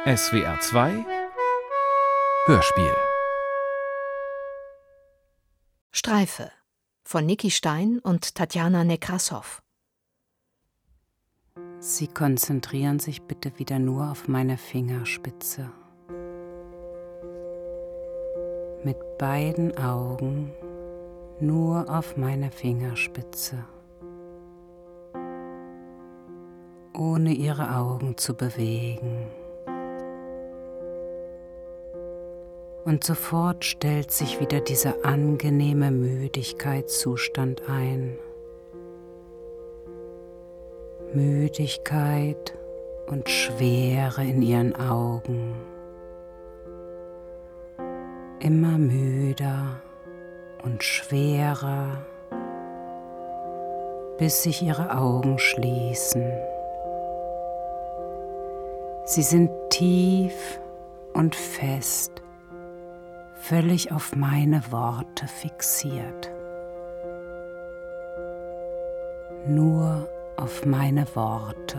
SWR 2 Hörspiel Streife von Niki Stein und Tatjana Nekrassow. Sie konzentrieren sich bitte wieder nur auf meine Fingerspitze. Mit beiden Augen nur auf meine Fingerspitze. Ohne ihre Augen zu bewegen. Und sofort stellt sich wieder dieser angenehme Müdigkeitszustand ein. Müdigkeit und Schwere in ihren Augen. Immer müder und schwerer, bis sich ihre Augen schließen. Sie sind tief und fest, völlig auf meine Worte fixiert. Nur auf meine Worte.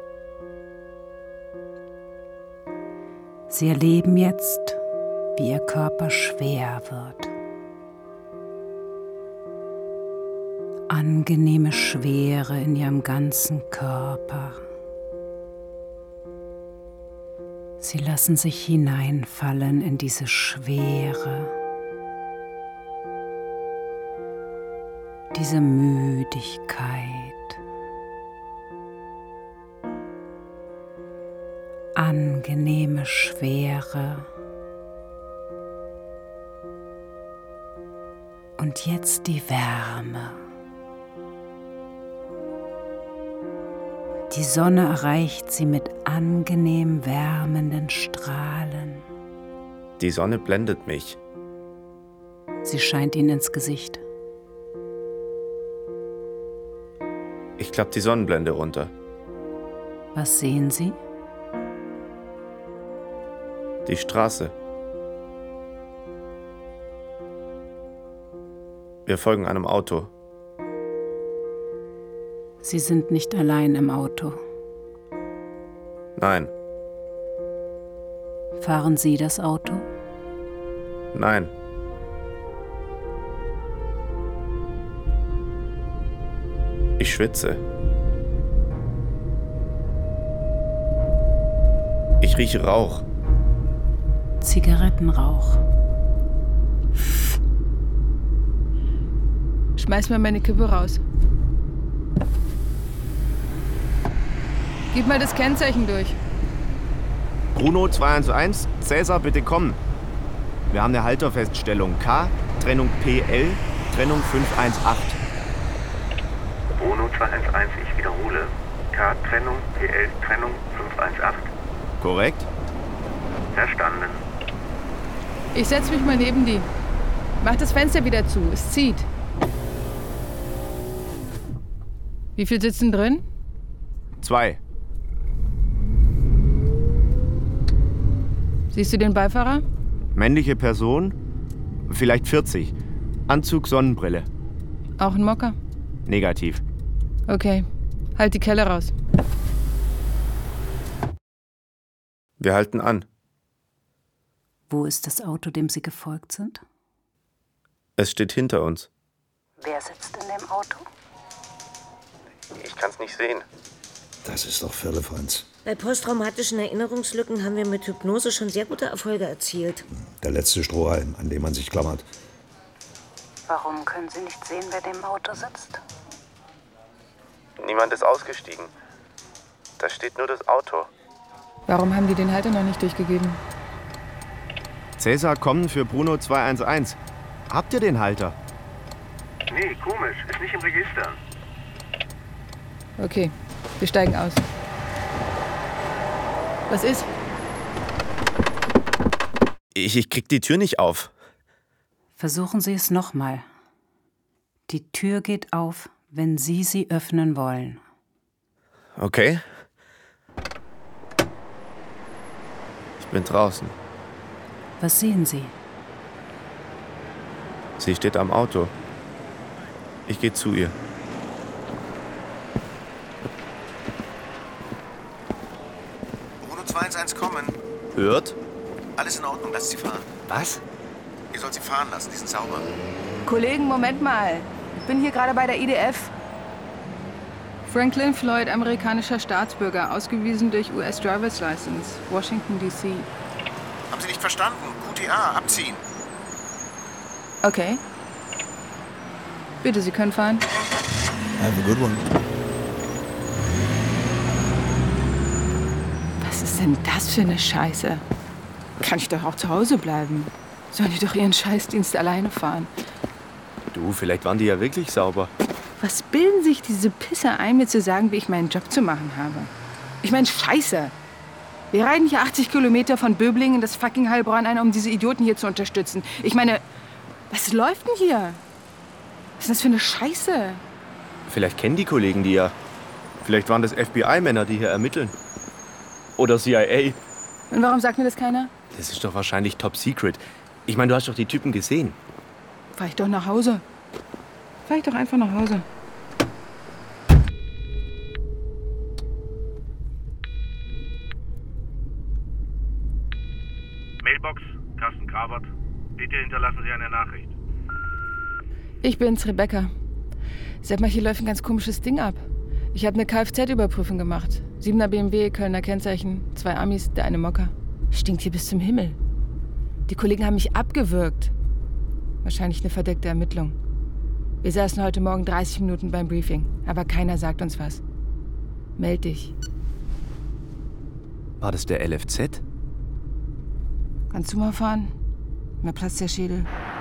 Sie erleben jetzt, wie ihr Körper schwer wird. Angenehme Schwere in ihrem ganzen Körper. Sie lassen sich hineinfallen in diese Schwere, diese Müdigkeit. Angenehme Schwere. Und jetzt die Wärme. Die Sonne erreicht sie mit angenehm wärmenden Strahlen. Die Sonne blendet mich. Sie scheint ihnen ins Gesicht. Ich klapp die Sonnenblende runter. Was sehen Sie? Die Straße. Wir folgen einem Auto. Sie sind nicht allein im Auto. Nein. Fahren Sie das Auto? Nein. Ich schwitze. Ich rieche Rauch. Zigarettenrauch. Schmeiß mir meine Kippe raus. Gib mal das Kennzeichen durch. Bruno 211, Cäsar, bitte kommen. Wir haben eine Halterfeststellung. K, Trennung PL, Trennung 518. Bruno 211, ich wiederhole. K, Trennung PL, Trennung 518. Korrekt? Verstanden. Ich setz mich mal neben die. Mach das Fenster wieder zu, es zieht. Wie viel sitzen drin? 2. Siehst du den Beifahrer? Männliche Person, vielleicht 40. Anzug, Sonnenbrille. Auch ein Mocker? Negativ. Okay, halt die Kelle raus. Wir halten an. Wo ist das Auto, dem Sie gefolgt sind? Es steht hinter uns. Wer sitzt in dem Auto? Ich kann's nicht sehen. Das ist doch Firlefanz. Bei posttraumatischen Erinnerungslücken haben wir mit Hypnose schon sehr gute Erfolge erzielt. Der letzte Strohhalm, an dem man sich klammert. Warum können Sie nicht sehen, wer im Auto sitzt? Niemand ist ausgestiegen. Da steht nur das Auto. Warum haben die den Halter noch nicht durchgegeben? Cäsar, kommen für Bruno 211. Habt ihr den Halter? Nee, komisch, ist nicht im Register. Okay, wir steigen aus. Was ist? Ich krieg die Tür nicht auf. Versuchen Sie es nochmal. Die Tür geht auf, wenn Sie sie öffnen wollen. Okay. Ich bin draußen. Was sehen Sie? Sie steht am Auto. Ich gehe zu ihr. Bruno 211 kommen. gehört? Alles in Ordnung, lass sie fahren. Was? Ihr sollt sie fahren lassen, die sind sauber. Kollegen, Moment mal. Ich bin hier gerade bei der IDF. Franklin Floyd, amerikanischer Staatsbürger, ausgewiesen durch US Driver's License, Washington, D.C. Haben Sie nicht verstanden? QTA, abziehen. Okay. Bitte, Sie können fahren. Have a good one. Was ist denn das für eine Scheiße? Kann ich doch auch zu Hause bleiben. Sollen die doch ihren Scheißdienst alleine fahren? Du, vielleicht waren die ja wirklich sauber. Was bilden sich diese Pisser ein, mir zu sagen, wie ich meinen Job zu machen habe? Ich meine, Scheiße. Wir reiten hier 80 Kilometer von Böblingen in das fucking Heilbronn ein, um diese Idioten hier zu unterstützen. Ich meine, was läuft denn hier? Was ist das für eine Scheiße? Vielleicht kennen die Kollegen die ja. Vielleicht waren das FBI-Männer, die hier ermitteln. Oder CIA. Und warum sagt mir das keiner? Das ist doch wahrscheinlich top secret. Ich meine, du hast doch die Typen gesehen. Fahr ich doch nach Hause. Fahr ich doch einfach nach Hause. Mailbox, Carsten Grabert. Bitte hinterlassen Sie eine Nachricht. Ich bin's, Rebecca. Sag mal, hier läuft ein ganz komisches Ding ab. Ich habe eine Kfz-Überprüfung gemacht. 7er BMW, Kölner Kennzeichen, 2 Amis, der eine Mocker. Stinkt hier bis zum Himmel. Die Kollegen haben mich abgewürgt. Wahrscheinlich eine verdeckte Ermittlung. Wir saßen heute Morgen 30 Minuten beim Briefing, aber keiner sagt uns was. Meld dich. War das der LFZ? Kannst du mal fahren? Mir platzt der Schädel.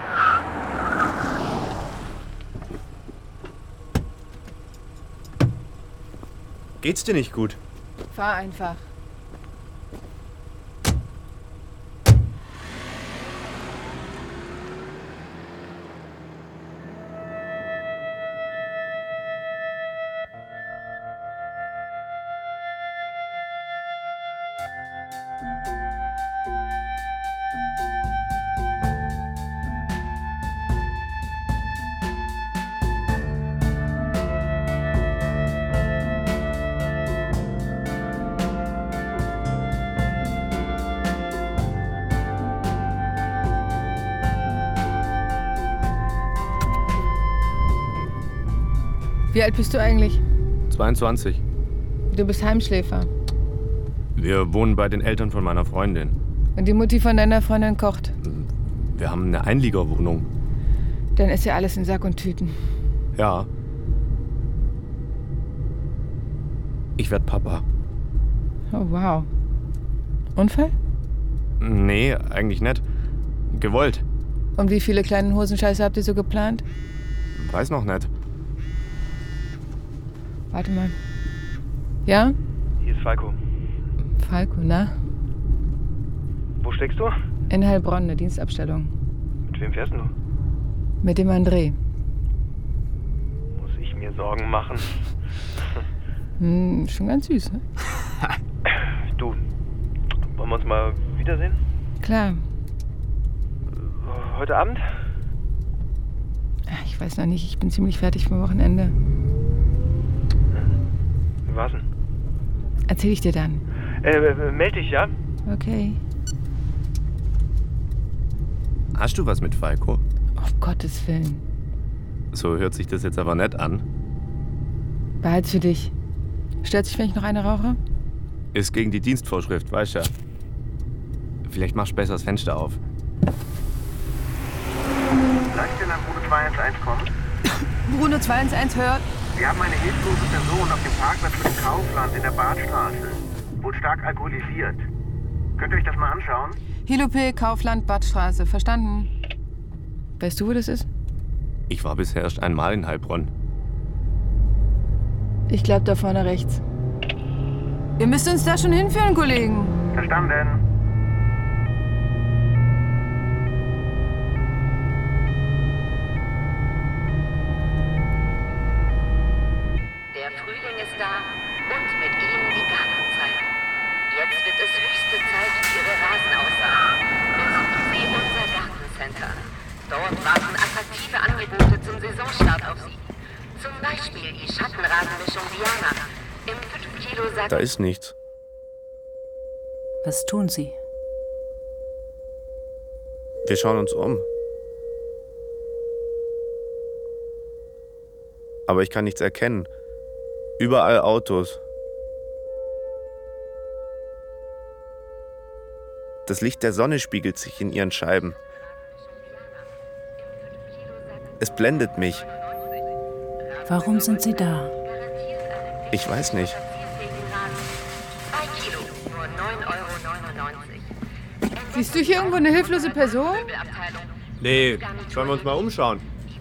Geht's dir nicht gut? Fahr einfach. Wie alt bist du eigentlich? 22. Du bist Heimschläfer. Wir wohnen bei den Eltern von meiner Freundin. Und die Mutti von deiner Freundin kocht. Wir haben eine Einliegerwohnung. Dann ist ja alles in Sack und Tüten. Ja. Ich werd Papa. Oh, wow. Unfall? Nee, eigentlich nicht. Gewollt. Und wie viele kleine Hosenscheiße habt ihr so geplant? Weiß noch nicht. Warte mal. Ja? Hier ist Falco. Falco, na? Wo steckst du? In Heilbronn, eine Dienstabstellung. Mit wem fährst du? Mit dem André. Muss ich mir Sorgen machen? Schon ganz süß, ne? Du, wollen wir uns mal wiedersehen? Klar. Heute Abend? Ich weiß noch nicht, ich bin ziemlich fertig vom Wochenende. Wie war's denn? Erzähl ich dir dann. Meld dich, ja? Okay. Hast du was mit Falco? Auf Gottes Willen. So hört sich das jetzt aber nett an. Behalt's für dich. Stört sich, wenn ich noch eine rauche? Ist gegen die Dienstvorschrift, weißt ja. Vielleicht machst du besser das Fenster auf. Gleich denn an Bruno 211 kommen? Bruno 211 hört. Wir haben eine hilflose Person auf dem Parkplatz für den Kaufland in der Badstraße. Wohl stark alkoholisiert. Könnt ihr euch das mal anschauen? Hilope, Kaufland, Badstraße. Verstanden? Weißt du, wo das ist? Ich war bisher erst einmal in Heilbronn. Ich glaub, da vorne rechts. Ihr müsst uns da schon hinführen, Kollegen. Verstanden. Der Frühling ist da und mit ihm die Gartenzeit. Jetzt wird es höchste Zeit für Ihre Rasenaussaat. Besuchen Sie unser Gartencenter. Dort warten attraktive Angebote zum Saisonstart auf Sie. Zum Beispiel die Schattenrasenmischung Diana im 5 Kilo Sack. Da ist nichts. Was tun Sie? Wir schauen uns um. Aber ich kann nichts erkennen. Überall Autos. Das Licht der Sonne spiegelt sich in ihren Scheiben. Es blendet mich. Warum sind Sie da? Ich weiß nicht. 2 Kilo, nur 9,99 €. Siehst du hier irgendwo eine hilflose Person? Nee, sollen wir uns mal umschauen?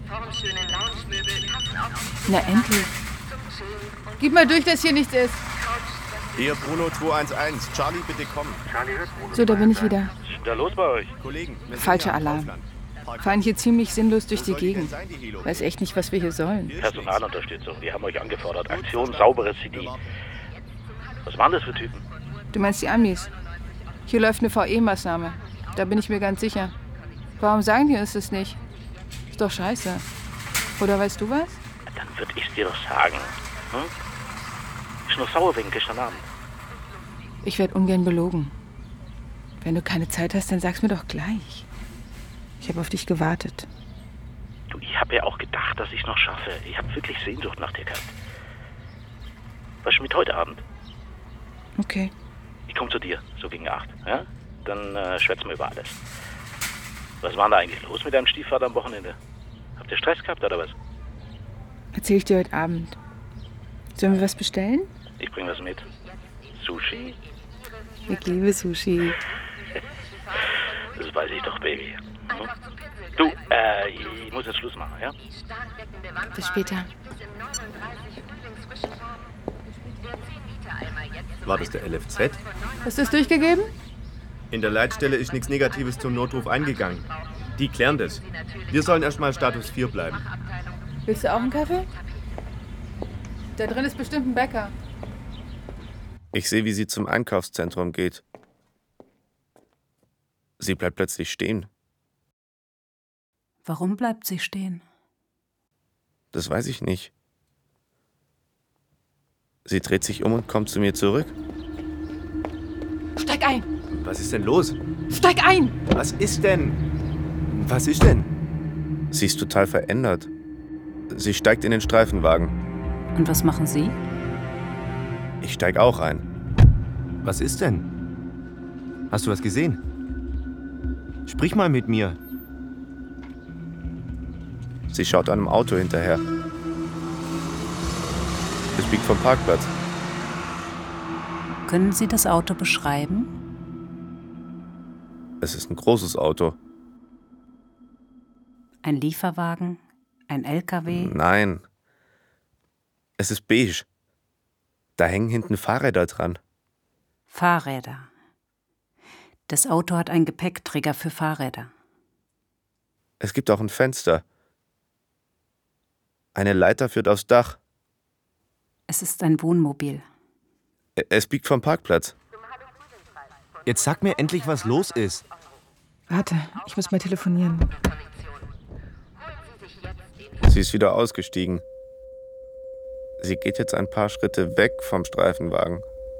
Na endlich. Gib mal durch, dass hier nichts ist. Hier Bruno 211. Charlie, bitte kommen. So, da bin ich wieder. Was ist denn da los bei euch? Kollegen, wir sind Falscher hier am Alarm. Kaufland. Fahren hier ziemlich sinnlos durch Wo die soll die denn Gegend. sein, die Helo? Weiß echt nicht, was wir hier sollen. Personalunterstützung, die haben euch angefordert. Aktion saubere CD. Was waren das für Typen? Du meinst die Amis? Hier läuft eine VE-Maßnahme. Da bin ich mir ganz sicher. Warum sagen die uns das nicht? Ist doch scheiße. Oder weißt du was? Dann würde ich dir doch sagen. Hm? Ich nur sauer wegen gestern Abend. Ich werde ungern belogen. Wenn du keine Zeit hast, dann sag's mir doch gleich. Ich habe auf dich gewartet. Du, ich habe ja auch gedacht, dass ich es noch schaffe. Ich habe wirklich Sehnsucht nach dir gehabt. Was ist mit heute Abend? Okay. Ich komme zu dir, so gegen 8. Ja? Dann schwätzen wir über alles. Was war da eigentlich los mit deinem Stiefvater am Wochenende? Habt ihr Stress gehabt oder was? Erzähl ich dir heute Abend. Sollen wir was bestellen? Ich bring was mit. Sushi. Ich liebe Sushi. Das weiß ich doch, Baby. Hm? Du, ich muss jetzt Schluss machen, ja? Bis später. War das der LFZ? Hast du es durchgegeben? In der Leitstelle ist nichts Negatives zum Notruf eingegangen. Die klären das. Wir sollen erstmal Status 4 bleiben. Willst du auch einen Kaffee? Da drin ist bestimmt ein Bäcker. Ich sehe, wie sie zum Einkaufszentrum geht. Sie bleibt plötzlich stehen. Warum bleibt sie stehen? Das weiß ich nicht. Sie dreht sich um und kommt zu mir zurück. Steig ein! Was ist denn los? Steig ein! Was ist denn? Was ist denn? Sie ist total verändert. Sie steigt in den Streifenwagen. Und was machen Sie? Ich steig auch ein. Was ist denn? Hast du was gesehen? Sprich mal mit mir. Sie schaut einem Auto hinterher. Es biegt vom Parkplatz. Können Sie das Auto beschreiben? Es ist ein großes Auto. Ein Lieferwagen? Ein LKW? Nein. Es ist beige. Da hängen hinten Fahrräder dran. Fahrräder. Das Auto hat einen Gepäckträger für Fahrräder. Es gibt auch ein Fenster. Eine Leiter führt aufs Dach. Es ist ein Wohnmobil. Es biegt vom Parkplatz. Jetzt sag mir endlich, was los ist. Warte, ich muss mal telefonieren. Sie ist wieder ausgestiegen. Sie geht jetzt ein paar Schritte weg vom Streifenwagen.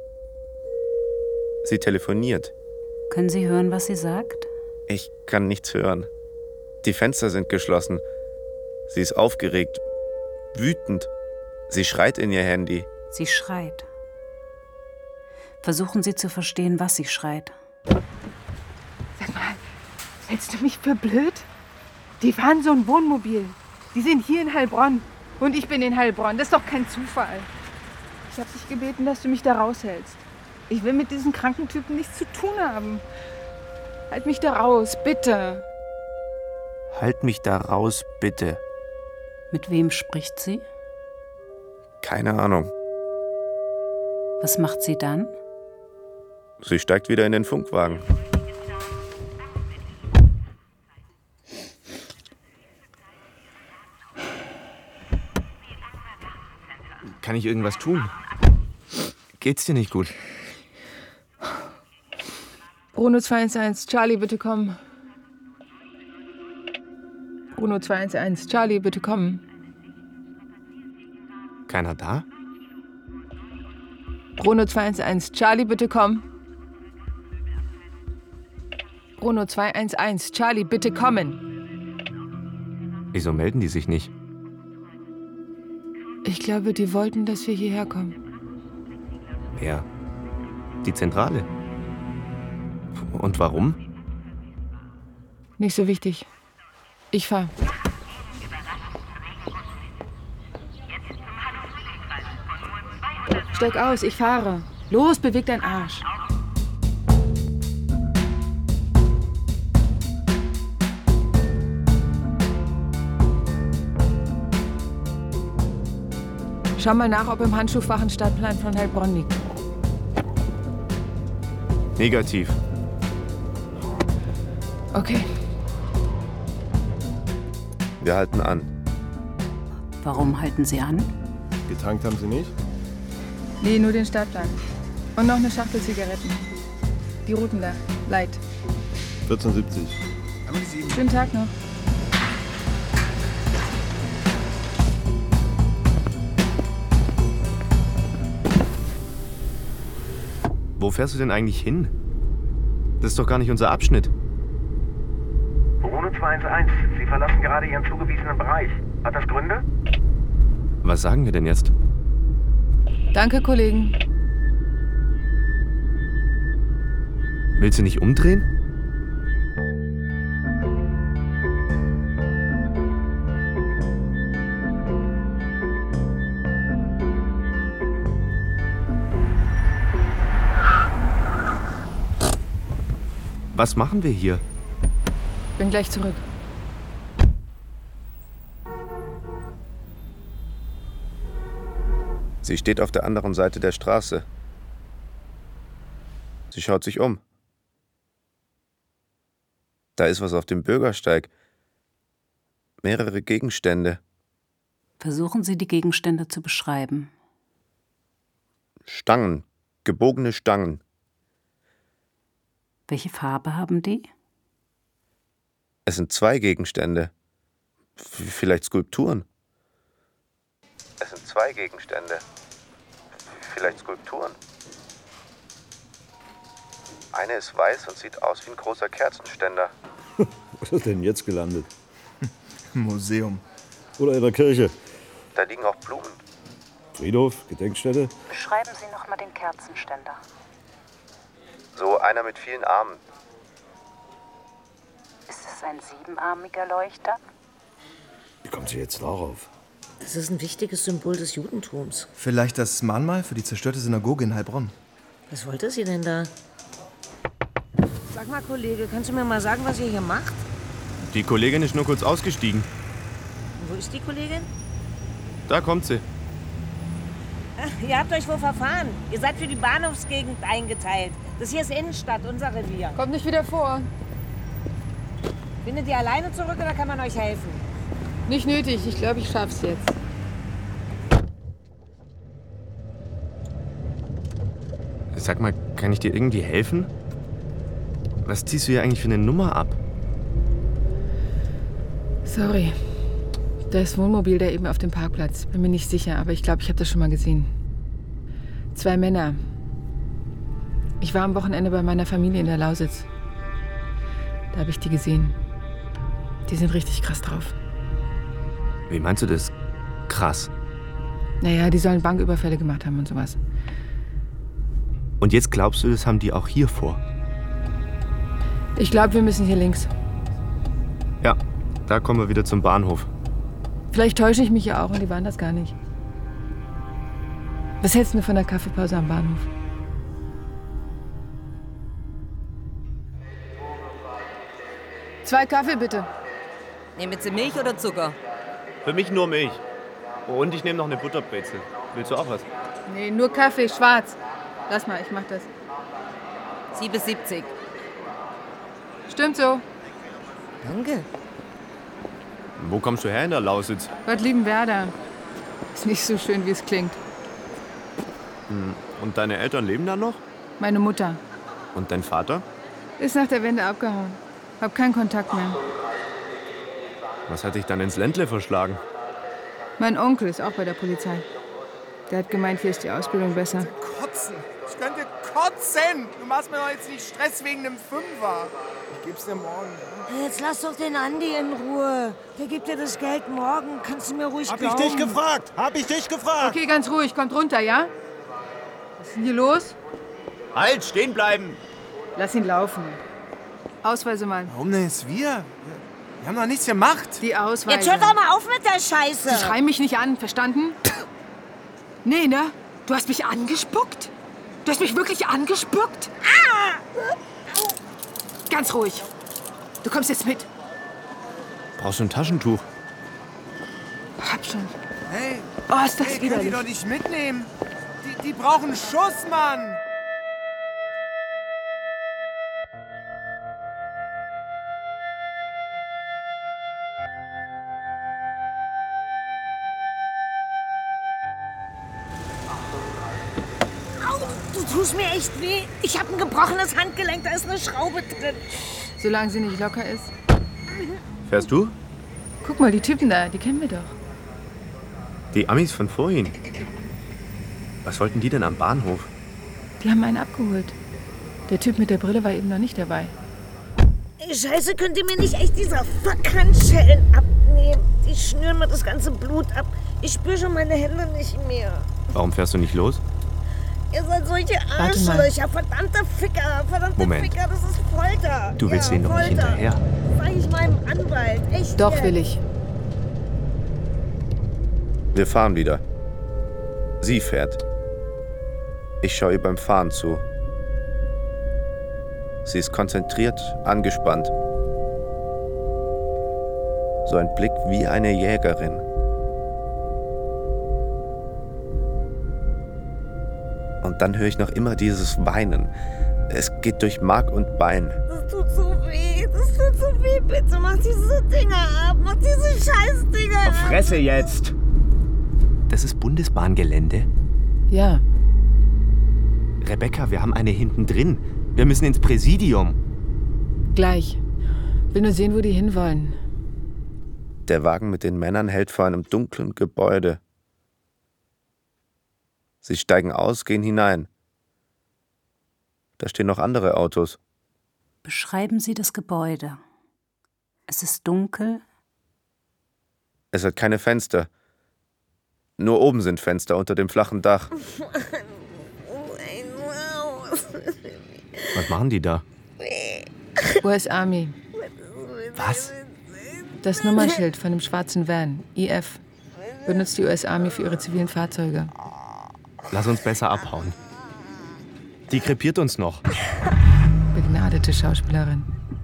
Sie telefoniert. Können Sie hören, was sie sagt? Ich kann nichts hören. Die Fenster sind geschlossen. Sie ist aufgeregt, wütend. Sie schreit in ihr Handy. Sie schreit. Versuchen Sie zu verstehen, was sie schreit. Sag mal, hältst du mich für blöd? Die fahren so ein Wohnmobil. Die sind hier in Heilbronn. Und ich bin in Heilbronn. Das ist doch kein Zufall. Ich habe dich gebeten, dass du mich da raushältst. Ich will mit diesen kranken Typen nichts zu tun haben. Halt mich da raus, bitte. Halt mich da raus, bitte. Mit wem spricht sie? Keine Ahnung. Was macht sie dann? Sie steigt wieder in den Funkwagen. Kann ich irgendwas tun? Geht's dir nicht gut? Bruno 211, Charlie, bitte kommen. Bruno 211, Charlie, bitte kommen. Keiner da? Bruno 211, Charlie, bitte kommen. Bruno 211, Charlie, bitte kommen. Wieso melden die sich nicht? Ich glaube, die wollten, dass wir hierher kommen. Wer? Die Zentrale. Und warum? Nicht so wichtig. Ich fahr. Steig aus, ich fahre. Los, beweg deinen Arsch. Schau mal nach, ob im Handschuhfach ein Stadtplan von Heilbronn liegt. Negativ. Okay. Wir halten an. Warum halten Sie an? Getankt haben Sie nicht? Nee, nur den Stadtplan. Und noch eine Schachtel Zigaretten. Die Routen da. Light. 14,70. Schönen Tag noch. Wo fährst du denn eigentlich hin? Das ist doch gar nicht unser Abschnitt. Bruno 211, Sie verlassen gerade Ihren zugewiesenen Bereich. Hat das Gründe? Was sagen wir denn jetzt? Danke, Kollegen. Willst du nicht umdrehen? Was machen wir hier? Bin gleich zurück. Sie steht auf der anderen Seite der Straße. Sie schaut sich um. Da ist was auf dem Bürgersteig. Mehrere Gegenstände. Versuchen Sie, die Gegenstände zu beschreiben. Stangen, gebogene Stangen. Welche Farbe haben die? Es sind 2 Gegenstände. Vielleicht Skulpturen. Es sind 2 Gegenstände. Vielleicht Skulpturen. Eine ist weiß und sieht aus wie ein großer Kerzenständer. Wo ist das denn jetzt gelandet? Museum. Oder in der Kirche? Da liegen auch Blumen. Friedhof, Gedenkstätte? Beschreiben Sie noch mal den Kerzenständer. So einer mit vielen Armen. Ist es ein 7-armiger Leuchter? Wie kommt sie jetzt darauf? Das ist ein wichtiges Symbol des Judentums. Vielleicht das Mahnmal für die zerstörte Synagoge in Heilbronn. Was wollte sie denn da? Sag mal, Kollege, kannst du mir mal sagen, was ihr hier macht? Die Kollegin ist nur kurz ausgestiegen. Wo ist die Kollegin? Da kommt sie. Ach, ihr habt euch wohl verfahren. Ihr seid für die Bahnhofsgegend eingeteilt. Das hier ist Innenstadt, unser Revier. Kommt nicht wieder vor. Findet ihr alleine zurück oder kann man euch helfen? Nicht nötig. Ich glaube, ich schaff's jetzt. Sag mal, kann ich dir irgendwie helfen? Was ziehst du hier eigentlich für eine Nummer ab? Sorry. Da ist Wohnmobil da eben auf dem Parkplatz. Bin mir nicht sicher, aber ich glaube, ich habe das schon mal gesehen. 2 Männer. Ich war am Wochenende bei meiner Familie in der Lausitz. Da habe ich die gesehen. Die sind richtig krass drauf. Wie meinst du das? Krass. Naja, die sollen Banküberfälle gemacht haben und sowas. Und jetzt glaubst du, das haben die auch hier vor? Ich glaube, wir müssen hier links. Ja, da kommen wir wieder zum Bahnhof. Vielleicht täusche ich mich ja auch und die waren das gar nicht. Was hältst du von der Kaffeepause am Bahnhof? Zwei Kaffee, bitte. Nehmen Sie Milch oder Zucker? Für mich nur Milch. Und ich nehme noch eine Butterbrezel. Willst du auch was? Nee, nur Kaffee, schwarz. Lass mal, ich mach das. 7,70. Stimmt so. Danke. Wo kommst du her in der Lausitz? Bad Liebenwerda. Ist nicht so schön, wie es klingt. Und deine Eltern leben da noch? Meine Mutter. Und dein Vater? Ist nach der Wende abgehauen. Hab keinen Kontakt mehr. Was hat dich dann ins Ländle verschlagen? Mein Onkel ist auch bei der Polizei. Der hat gemeint, hier ist die Ausbildung besser. Kotzen. Ich könnte kotzen. Du machst mir doch jetzt nicht Stress wegen einem Fünfer. Ich geb's dir morgen. Jetzt lass doch den Andi in Ruhe. Der gibt dir das Geld morgen. Kannst du mir ruhig glauben. Hab ich dich gefragt. Okay, ganz ruhig. Kommt runter, ja? Was ist denn hier los? Halt, stehen bleiben. Lass ihn laufen. Ausweise mal. Warum denn jetzt wir? Wir haben doch nichts gemacht. Die Ausweise. Jetzt hört doch mal auf mit der Scheiße. Sie schreien mich nicht an, verstanden? Nee, ne? Du hast mich angespuckt? Du hast mich wirklich angespuckt? Ganz ruhig. Du kommst jetzt mit. Brauchst du ein Taschentuch? Hab schon. Hey, ist das kann widerlich. die doch nicht mitnehmen. Die brauchen Schuss, Mann. Du tust mir echt weh. Ich habe ein gebrochenes Handgelenk, da ist eine Schraube drin. Solange sie nicht locker ist. Fährst du? Guck mal, die Typen da, die kennen wir doch. Die Amis von vorhin. Was wollten die denn am Bahnhof? Die haben einen abgeholt. Der Typ mit der Brille war eben noch nicht dabei. Ey, Scheiße, könnt ihr mir nicht echt dieser Fuck-Handschellen abnehmen? Die schnüren mir das ganze Blut ab. Ich spüre schon meine Hände nicht mehr. Warum fährst du nicht los? Ihr seid solche Arschlöcher, verdammte Ficker, verdammte Moment. Ficker, das ist Folter. Du willst denen doch nicht hinterher. Sag ich meinem Anwalt, echt Doch, jetzt. will ich. Wir fahren wieder. Sie fährt. Ich schaue ihr beim Fahren zu. Sie ist konzentriert, angespannt. So ein Blick wie eine Jägerin. Und dann höre ich noch immer dieses Weinen. Es geht durch Mark und Bein. Das tut so weh, bitte mach diese Dinger ab, mach diese Scheißdinger ab. Fresse jetzt. Das ist Bundesbahngelände. Ja. Rebecca, wir haben eine hinten drin. Wir müssen ins Präsidium. Gleich. Will nur sehen, wo die hinwollen. Der Wagen mit den Männern hält vor einem dunklen Gebäude. Sie steigen aus, gehen hinein. Da stehen noch andere Autos. Beschreiben Sie das Gebäude. Es ist dunkel. Es hat keine Fenster. Nur oben sind Fenster unter dem flachen Dach. Was machen die da? US Army. Was? Das Nummernschild von dem schwarzen Van, IF, benutzt die US Army für ihre zivilen Fahrzeuge. Lass uns besser abhauen. Die krepiert uns noch. Begnadete Schauspielerin.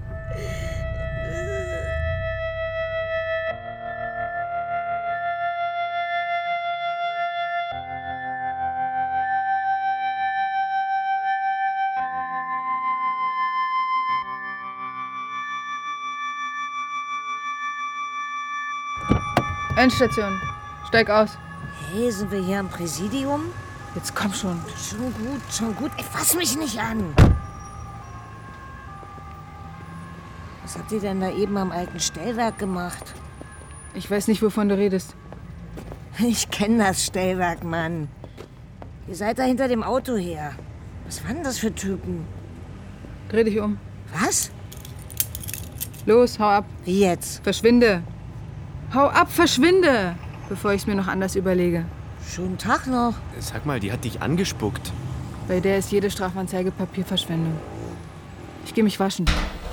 Endstation. Steig aus. Hey, sind wir hier am Präsidium? Jetzt komm schon. Schon gut. Ey, fass mich nicht an. Was habt ihr denn da eben am alten Stellwerk gemacht? Ich weiß nicht, wovon du redest. Ich kenne das Stellwerk, Mann. Ihr seid da hinter dem Auto her. Was waren das für Typen? Dreh dich um. Was? Los, hau ab. Wie jetzt? Verschwinde. Hau ab, verschwinde, bevor ich es mir noch anders überlege. Schönen Tag noch. Sag mal, die hat dich angespuckt. Bei der ist jede Strafanzeige Papierverschwendung. Ich gehe mich waschen.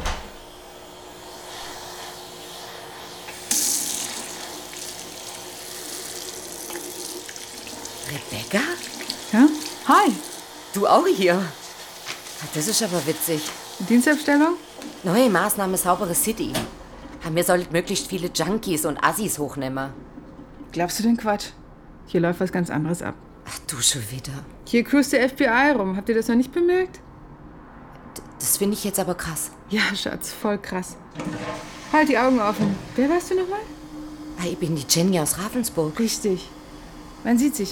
Rebecca? Ja? Hi. Du auch hier? Das ist aber witzig. Dienstabstellung? Neue Maßnahme Saubere City. Wir sollen möglichst viele Junkies und Assis hochnehmen. Glaubst du den Quatsch? Hier läuft was ganz anderes ab. Ach, du schon wieder. Hier cruist der FBI rum. Habt ihr das noch nicht bemerkt? Das finde ich jetzt aber krass. Ja, Schatz, voll krass. Halt die Augen offen. Wer warst du nochmal? Ich bin die Jenny aus Ravensburg. Richtig. Man sieht sich.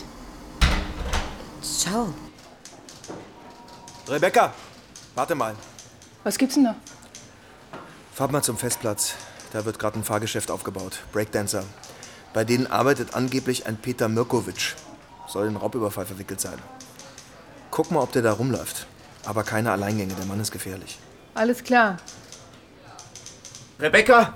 Ciao. Rebecca, warte mal. Was gibt's denn noch? Fahr mal zum Festplatz. Da wird gerade ein Fahrgeschäft aufgebaut. Breakdancer. Bei denen arbeitet angeblich ein Peter Mirkovic. Soll in einen Raubüberfall verwickelt sein. Guck mal, ob der da rumläuft. Aber keine Alleingänge, der Mann ist gefährlich. Alles klar. Rebecca!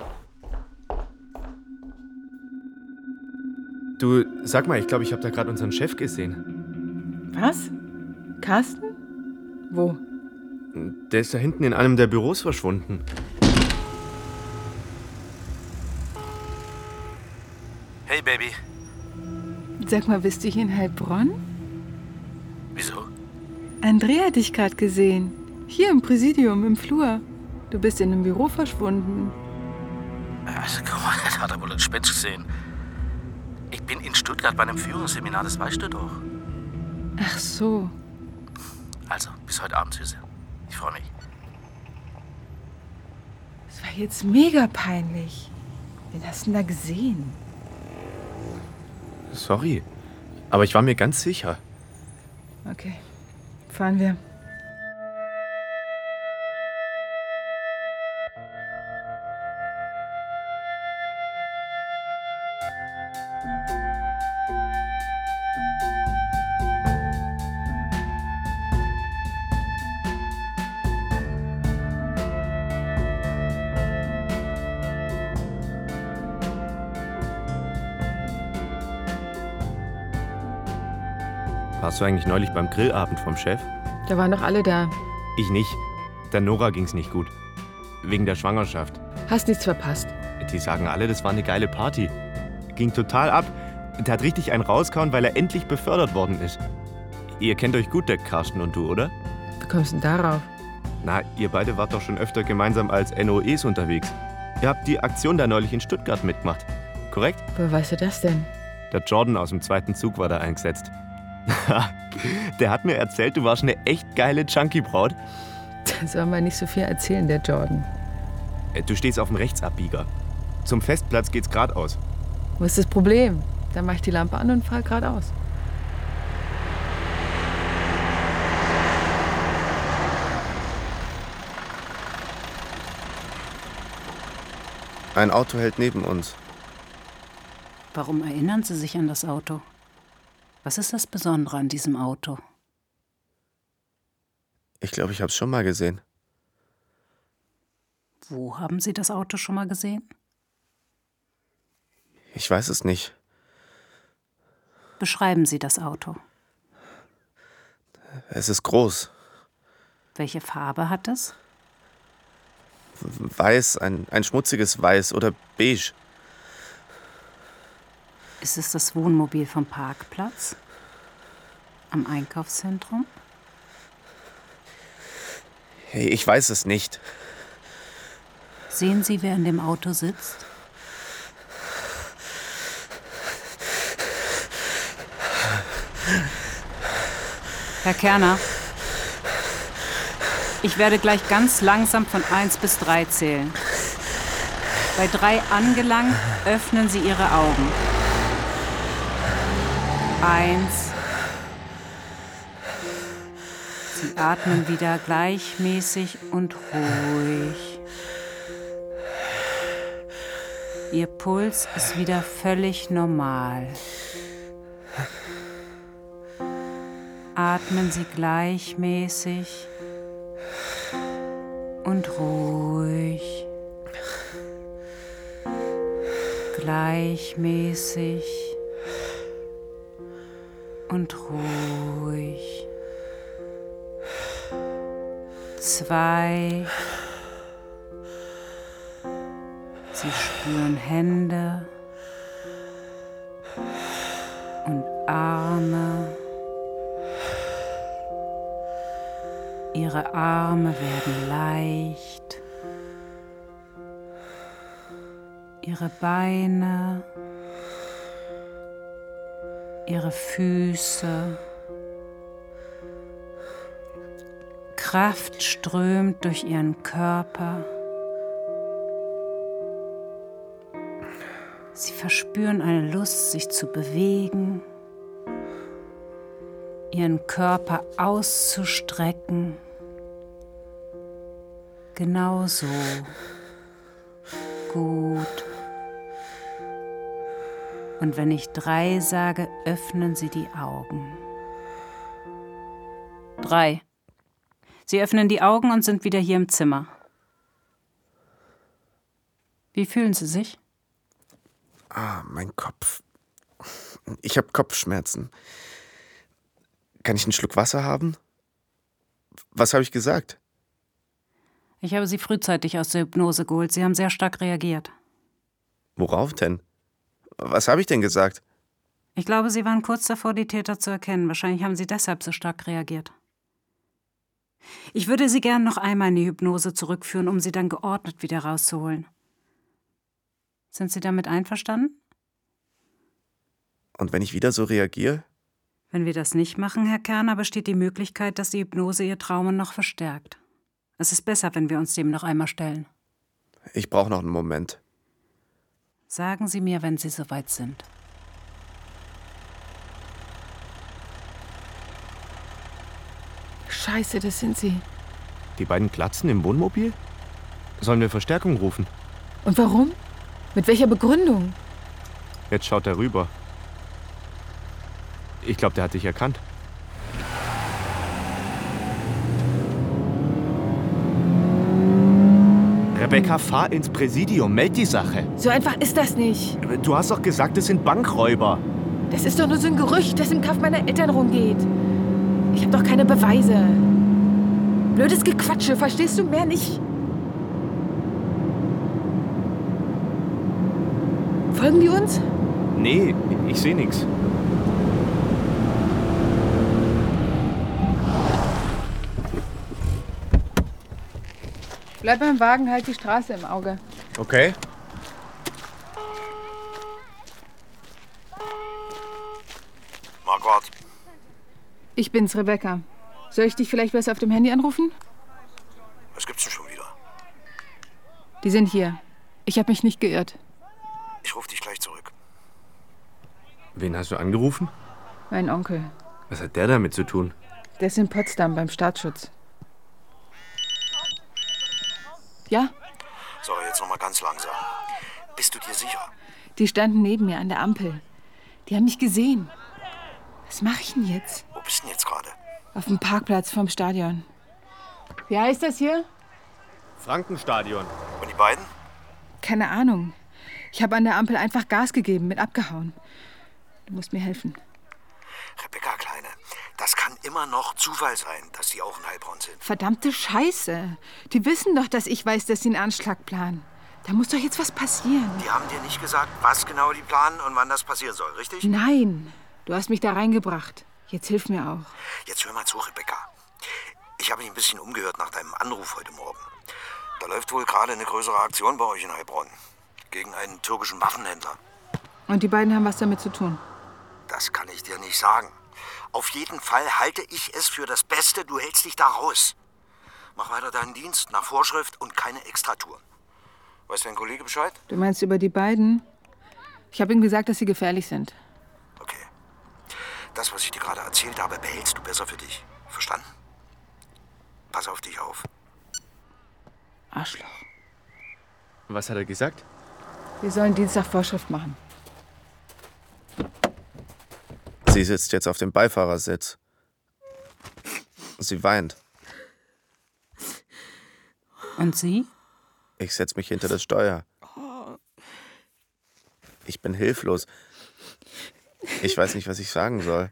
Du, sag mal, ich glaube, ich habe da gerade unseren Chef gesehen. Was? Carsten? Wo? Der ist da hinten in einem der Büros verschwunden. Hey, Baby. Sag mal, bist du hier in Heilbronn? Wieso? Andrea hat dich gerade gesehen. Hier im Präsidium, im Flur. Du bist in einem Büro verschwunden. Also, guck mal, das hat er wohl ein Spätz gesehen. Ich bin in Stuttgart bei einem Führungsseminar, das weißt du doch. Ach so. Also, bis heute Abend, Süße. Ich freue mich. Das war jetzt mega peinlich. Wen hast du denn da gesehen? Sorry, aber ich war mir ganz sicher. Okay, fahren wir. Warst du eigentlich neulich beim Grillabend vom Chef? Da waren doch alle da. Ich nicht. Der Nora ging's nicht gut. Wegen der Schwangerschaft. Hast nichts verpasst. Die sagen alle, das war eine geile Party. Ging total ab. Der hat richtig einen rausgehauen, weil er endlich befördert worden ist. Ihr kennt euch gut, der Carsten und du, oder? Wie kommst du denn darauf? Na, ihr beide wart doch schon öfter gemeinsam als NOEs unterwegs. Ihr habt die Aktion da neulich in Stuttgart mitgemacht. Korrekt? Woher weißt du das denn? Der Jordan aus dem 2. Zug war da eingesetzt. Der hat mir erzählt, du warst eine echt geile Junkie-Braut. Da soll man nicht so viel erzählen, der Jordan. Du stehst auf dem Rechtsabbieger. Zum Festplatz geht's geradeaus. Wo ist das Problem? Dann mach ich die Lampe an und fahr geradeaus. Ein Auto hält neben uns. Warum erinnern Sie sich an das Auto? Was ist das Besondere an diesem Auto? Ich glaube, ich habe es schon mal gesehen. Wo haben Sie das Auto schon mal gesehen? Ich weiß es nicht. Beschreiben Sie das Auto. Es ist groß. Welche Farbe hat es? Weiß, ein schmutziges Weiß oder beige. Ist es das Wohnmobil vom Parkplatz? Am Einkaufszentrum? Hey, ich weiß es nicht. Sehen Sie, wer in dem Auto sitzt? Herr Kerner, ich werde gleich ganz langsam von 1 bis 3 zählen. Bei 3 angelangt, öffnen Sie Ihre Augen. 1. Sie atmen wieder gleichmäßig und ruhig. Ihr Puls ist wieder völlig normal. Atmen Sie gleichmäßig und ruhig. Gleichmäßig und ruhig. 2. Sie spüren Hände und Arme. Ihre Arme werden leicht. Ihre Beine, ihre Füße. Kraft strömt durch ihren Körper. Sie verspüren eine Lust, sich zu bewegen, ihren Körper auszustrecken. Genauso. Gut. Und wenn ich 3 sage, öffnen Sie die Augen. 3. Sie öffnen die Augen und sind wieder hier im Zimmer. Wie fühlen Sie sich? Mein Kopf. Ich habe Kopfschmerzen. Kann ich einen Schluck Wasser haben? Was habe ich gesagt? Ich habe Sie frühzeitig aus der Hypnose geholt. Sie haben sehr stark reagiert. Worauf denn? Was habe ich denn gesagt? Ich glaube, Sie waren kurz davor, die Täter zu erkennen. Wahrscheinlich haben Sie deshalb so stark reagiert. Ich würde Sie gern noch einmal in die Hypnose zurückführen, um Sie dann geordnet wieder rauszuholen. Sind Sie damit einverstanden? Und wenn ich wieder so reagiere? Wenn wir das nicht machen, Herr Kerner, besteht die Möglichkeit, dass die Hypnose Ihr Trauma noch verstärkt. Es ist besser, wenn wir uns dem noch einmal stellen. Ich brauche noch einen Moment. Sagen Sie mir, wenn Sie soweit sind. Scheiße, das sind sie. Die beiden Glatzen im Wohnmobil? Sollen wir Verstärkung rufen? Und warum? Mit welcher Begründung? Jetzt schaut er rüber. Ich glaube, der hat dich erkannt. Rebecca, fahr ins Präsidium, meld die Sache. So einfach ist das nicht. Du hast doch gesagt, es sind Bankräuber. Das ist doch nur so ein Gerücht, das im Kaff meiner Eltern rumgeht. Ich habe doch keine Beweise. Blödes Gequatsche, verstehst du mehr nicht? Folgen die uns? Nee, ich sehe nichts. Bleib beim Wagen, halt die Straße im Auge. Okay. Margot. Ich bin's, Rebecca. Soll ich dich vielleicht besser auf dem Handy anrufen? Was gibt's denn schon wieder? Die sind hier. Ich habe mich nicht geirrt. Ich rufe dich gleich zurück. Wen hast du angerufen? Mein Onkel. Was hat der damit zu tun? Der ist in Potsdam beim Staatsschutz. Ja? So, jetzt noch mal ganz langsam. Bist du dir sicher? Die standen neben mir an der Ampel. Die haben mich gesehen. Was mache ich denn jetzt? Wo bist du denn jetzt gerade? Auf dem Parkplatz vom Stadion. Wie heißt das hier? Frankenstadion. Und die beiden? Keine Ahnung. Ich habe an der Ampel einfach Gas gegeben, mit abgehauen. Du musst mir helfen. Rebecca, Kleine, das kann immer noch Zufall sein, dass die auch in Heilbronn sind. Verdammte Scheiße. Die wissen doch, dass ich weiß, dass sie einen Anschlag planen. Da muss doch jetzt was passieren. Die haben dir nicht gesagt, was genau die planen und wann das passieren soll, richtig? Nein. Du hast mich da reingebracht. Jetzt hilf mir auch. Jetzt hör mal zu, Rebecca. Ich habe mich ein bisschen umgehört nach deinem Anruf heute Morgen. Da läuft wohl gerade eine größere Aktion bei euch in Heilbronn. Gegen einen türkischen Waffenhändler. Und die beiden haben was damit zu tun? Das kann ich dir nicht sagen. Auf jeden Fall halte ich es für das Beste, du hältst dich da raus. Mach weiter deinen Dienst, nach Vorschrift und keine Extratouren. Weiß dein Kollege Bescheid? Du meinst über die beiden? Ich habe ihm gesagt, dass sie gefährlich sind. Okay. Das, was ich dir gerade erzählt habe, behältst du besser für dich. Verstanden? Pass auf dich auf. Arschloch. Was hat er gesagt? Wir sollen Dienstag Vorschrift machen. Sie sitzt jetzt auf dem Beifahrersitz. Sie weint. Und Sie? Ich setze mich hinter das Steuer. Ich bin hilflos. Ich weiß nicht, was ich sagen soll.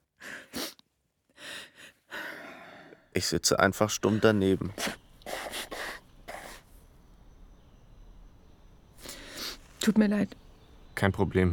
Ich sitze einfach stumm daneben. Tut mir leid. Kein Problem.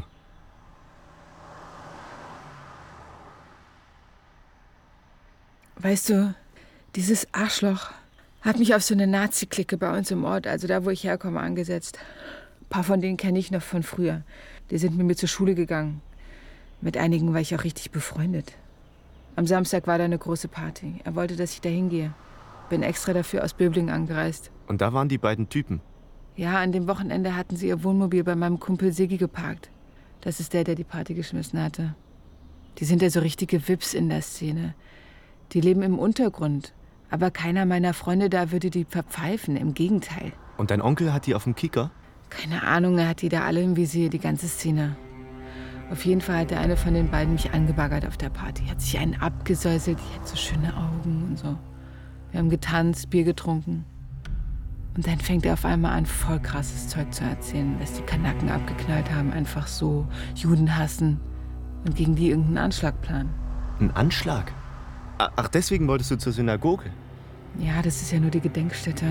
Weißt du, dieses Arschloch hat mich auf so eine Nazi-Clique bei uns im Ort, also da, wo ich herkomme, angesetzt. Ein paar von denen kenne ich noch von früher. Die sind mit mir zur Schule gegangen. Mit einigen war ich auch richtig befreundet. Am Samstag war da eine große Party. Er wollte, dass ich da hingehe. Bin extra dafür aus Böblingen angereist. Und da waren die beiden Typen? Ja, an dem Wochenende hatten sie ihr Wohnmobil bei meinem Kumpel Siggi geparkt. Das ist der die Party geschmissen hatte. Die sind ja so richtige Vips in der Szene. Die leben im Untergrund. Aber keiner meiner Freunde da würde die verpfeifen, im Gegenteil. Und dein Onkel hat die auf dem Kicker? Keine Ahnung, er hat die da alle im Visier, die ganze Szene. Auf jeden Fall hat der eine von den beiden mich angebaggert auf der Party. Hat sich einen abgesäuselt, die hat so schöne Augen und so. Wir haben getanzt, Bier getrunken. Und dann fängt er auf einmal an, voll krasses Zeug zu erzählen, dass die Kanaken abgeknallt haben, einfach so, Juden hassen und gegen die irgendeinen Anschlag planen. Ein Anschlag? Ach, deswegen wolltest du zur Synagoge? Ja, das ist ja nur die Gedenkstätte.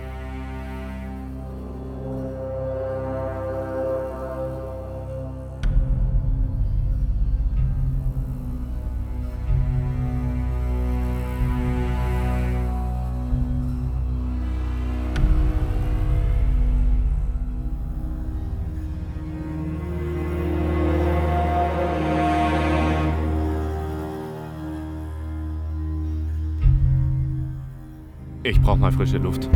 Ich brauch mal frische Luft.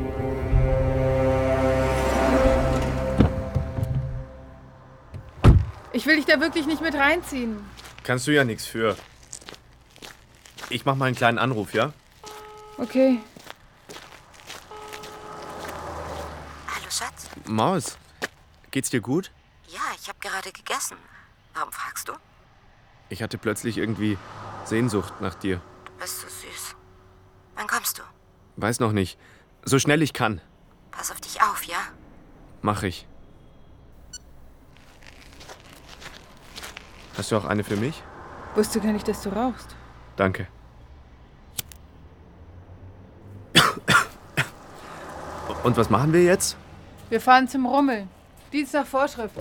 Ich will dich da wirklich nicht mit reinziehen. Kannst du ja nichts für. Ich mach mal einen kleinen Anruf, ja? Okay. Hallo, Schatz. Maus, geht's dir gut? Ja, ich habe gerade gegessen. Warum fragst du? Ich hatte plötzlich irgendwie Sehnsucht nach dir. Bist du süß. Wann kommst du? Weiß noch nicht. So schnell ich kann. Pass auf dich auf, ja? Mach ich. Hast du auch eine für mich? Wusste gar nicht, dass du rauchst. Danke. Und was machen wir jetzt? Wir fahren zum Rummeln. Dienst nach Vorschrift.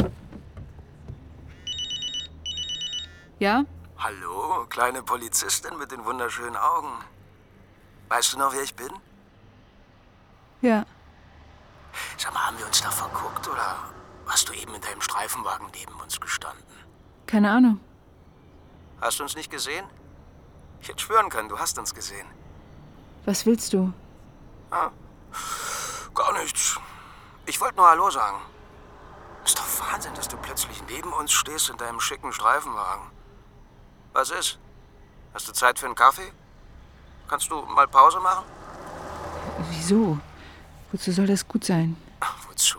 Ja? Hallo, kleine Polizistin mit den wunderschönen Augen. Weißt du noch, wer ich bin? Ja. Sag mal, haben wir uns da verguckt oder hast du eben in deinem Streifenwagen neben uns gestanden? Keine Ahnung. Hast du uns nicht gesehen? Ich hätte schwören können, du hast uns gesehen. Was willst du? Ah, gar nichts. Ich wollte nur Hallo sagen. Ist doch Wahnsinn, dass du plötzlich neben uns stehst in deinem schicken Streifenwagen. Was ist? Hast du Zeit für einen Kaffee? Kannst du mal Pause machen? Wieso? Wozu soll das gut sein? Ach, wozu?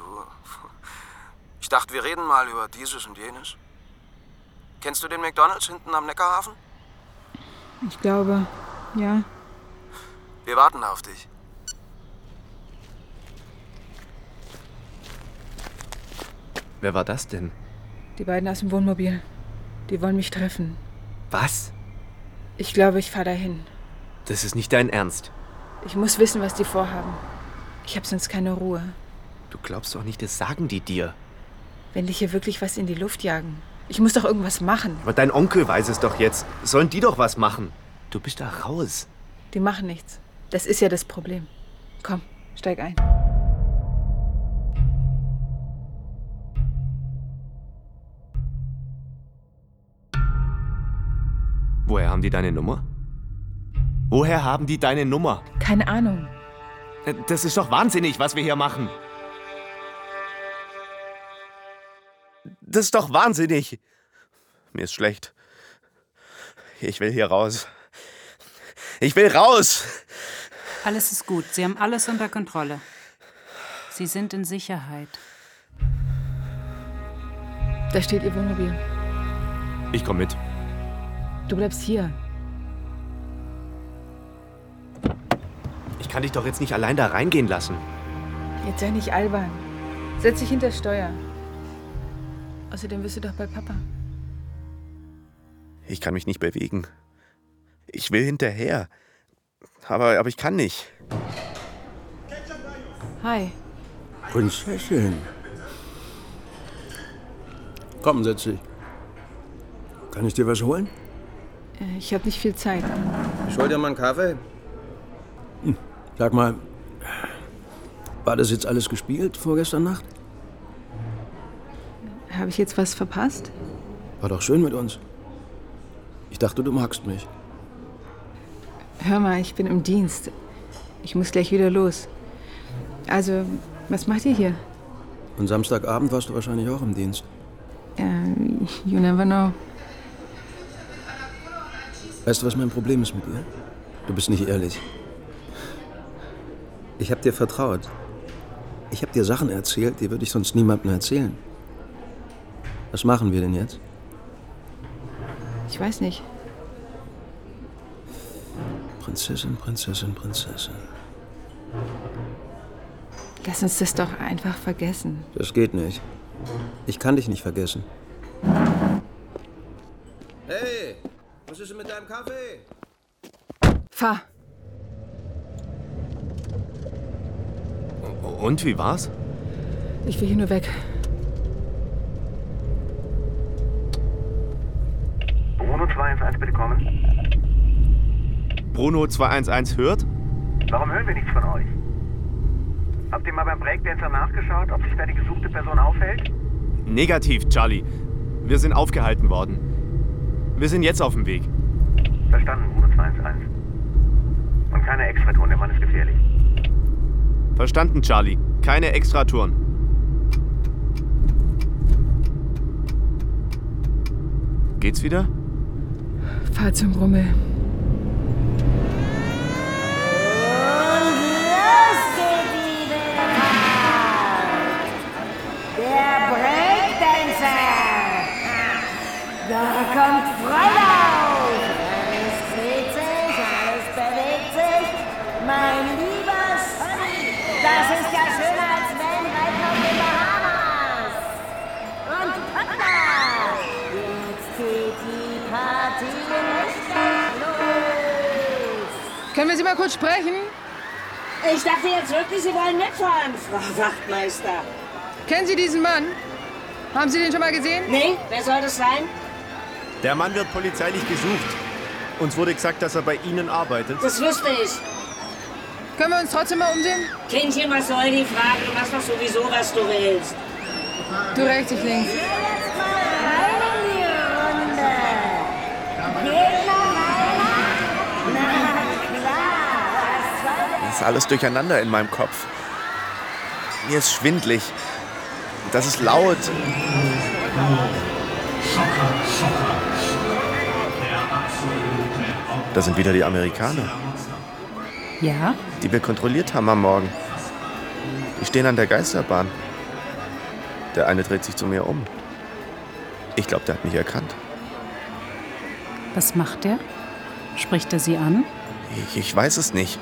Ich dachte, wir reden mal über dieses und jenes. Kennst du den McDonald's hinten am Neckarhafen? Ich glaube, ja. Wir warten auf dich. Wer war das denn? Die beiden aus dem Wohnmobil. Die wollen mich treffen. Was? Ich glaube, ich fahre dahin. Das ist nicht dein Ernst. Ich muss wissen, was die vorhaben. Ich habe sonst keine Ruhe. Du glaubst doch nicht, das sagen die dir. Wenn die hier wirklich was in die Luft jagen. Ich muss doch irgendwas machen. Aber dein Onkel weiß es doch jetzt. Sollen die doch was machen? Du bist da raus. Die machen nichts. Das ist ja das Problem. Komm, steig ein. Woher haben die deine Nummer? Woher haben die deine Nummer? Keine Ahnung. Das ist doch wahnsinnig, was wir hier machen. Das ist doch wahnsinnig. Mir ist schlecht. Ich will hier raus. Ich will raus! Alles ist gut. Sie haben alles unter Kontrolle. Sie sind in Sicherheit. Da steht Ihr Wohnmobil. Ich komm mit. Du bleibst hier. Ich kann dich doch jetzt nicht allein da reingehen lassen. Jetzt sei nicht albern. Setz dich hinter Steuer. Außerdem bist du doch bei Papa. Ich kann mich nicht bewegen. Ich will hinterher. Aber ich kann nicht. Hi. Prinzessin. Komm, setz dich. Kann ich dir was holen? Ich habe nicht viel Zeit. Ich hol dir mal einen Kaffee. Sag mal, war das jetzt alles gespielt vorgestern Nacht? Habe ich jetzt was verpasst? War doch schön mit uns. Ich dachte, du magst mich. Hör mal, ich bin im Dienst. Ich muss gleich wieder los. Also, was macht ihr hier? Und Samstagabend warst du wahrscheinlich auch im Dienst. You never know. Weißt du, was mein Problem ist mit dir? Du bist nicht ehrlich. Ich hab dir vertraut. Ich hab dir Sachen erzählt, die würde ich sonst niemandem erzählen. Was machen wir denn jetzt? Ich weiß nicht. Prinzessin, Prinzessin, Prinzessin. Lass uns das doch einfach vergessen. Das geht nicht. Ich kann dich nicht vergessen. Hey, was ist denn mit deinem Kaffee? Fahr. Und, wie war's? Ich will hier nur weg. Bruno 211, bitte kommen. Bruno 211 hört? Warum hören wir nichts von euch? Habt ihr mal beim Breakdancer nachgeschaut, ob sich da die gesuchte Person aufhält? Negativ, Charlie. Wir sind aufgehalten worden. Wir sind jetzt auf dem Weg. Verstanden, Bruno 211. Und keine Extratouren, der Mann ist gefährlich. Verstanden, Charlie. Keine Extratouren. Geht's wieder? Fahr zum Rummel. Der Breakdancer! Da kommt Freilauf! Alles dreht sich, alles bewegt sich. Mein lieber Sonny, das ist ja schöner als Wellenreiten auf den Bahamas. Und hoppla! Jetzt geht die Party richtig los. Können wir Sie mal kurz sprechen? Ich dachte jetzt wirklich, Sie wollen mitfahren, Frau Wachtmeister. Kennen Sie diesen Mann? Haben Sie den schon mal gesehen? Nee, wer soll das sein? Der Mann wird polizeilich gesucht. Uns wurde gesagt, dass er bei Ihnen arbeitet. Das wusste ich. Können wir uns trotzdem mal umsehen? Kindchen, was soll die Frage? Du machst doch sowieso, was du willst. Du rechts, ich links. Jetzt mal rein in die Runde. Geht noch einer? Na klar, was soll denn? Das ist alles durcheinander in meinem Kopf. Mir ist schwindlig. Das ist laut. Da sind wieder die Amerikaner. Ja? Die wir kontrolliert haben am Morgen. Die stehen an der Geisterbahn. Der eine dreht sich zu mir um. Ich glaube, der hat mich erkannt. Was macht er? Spricht er Sie an? Ich weiß es nicht.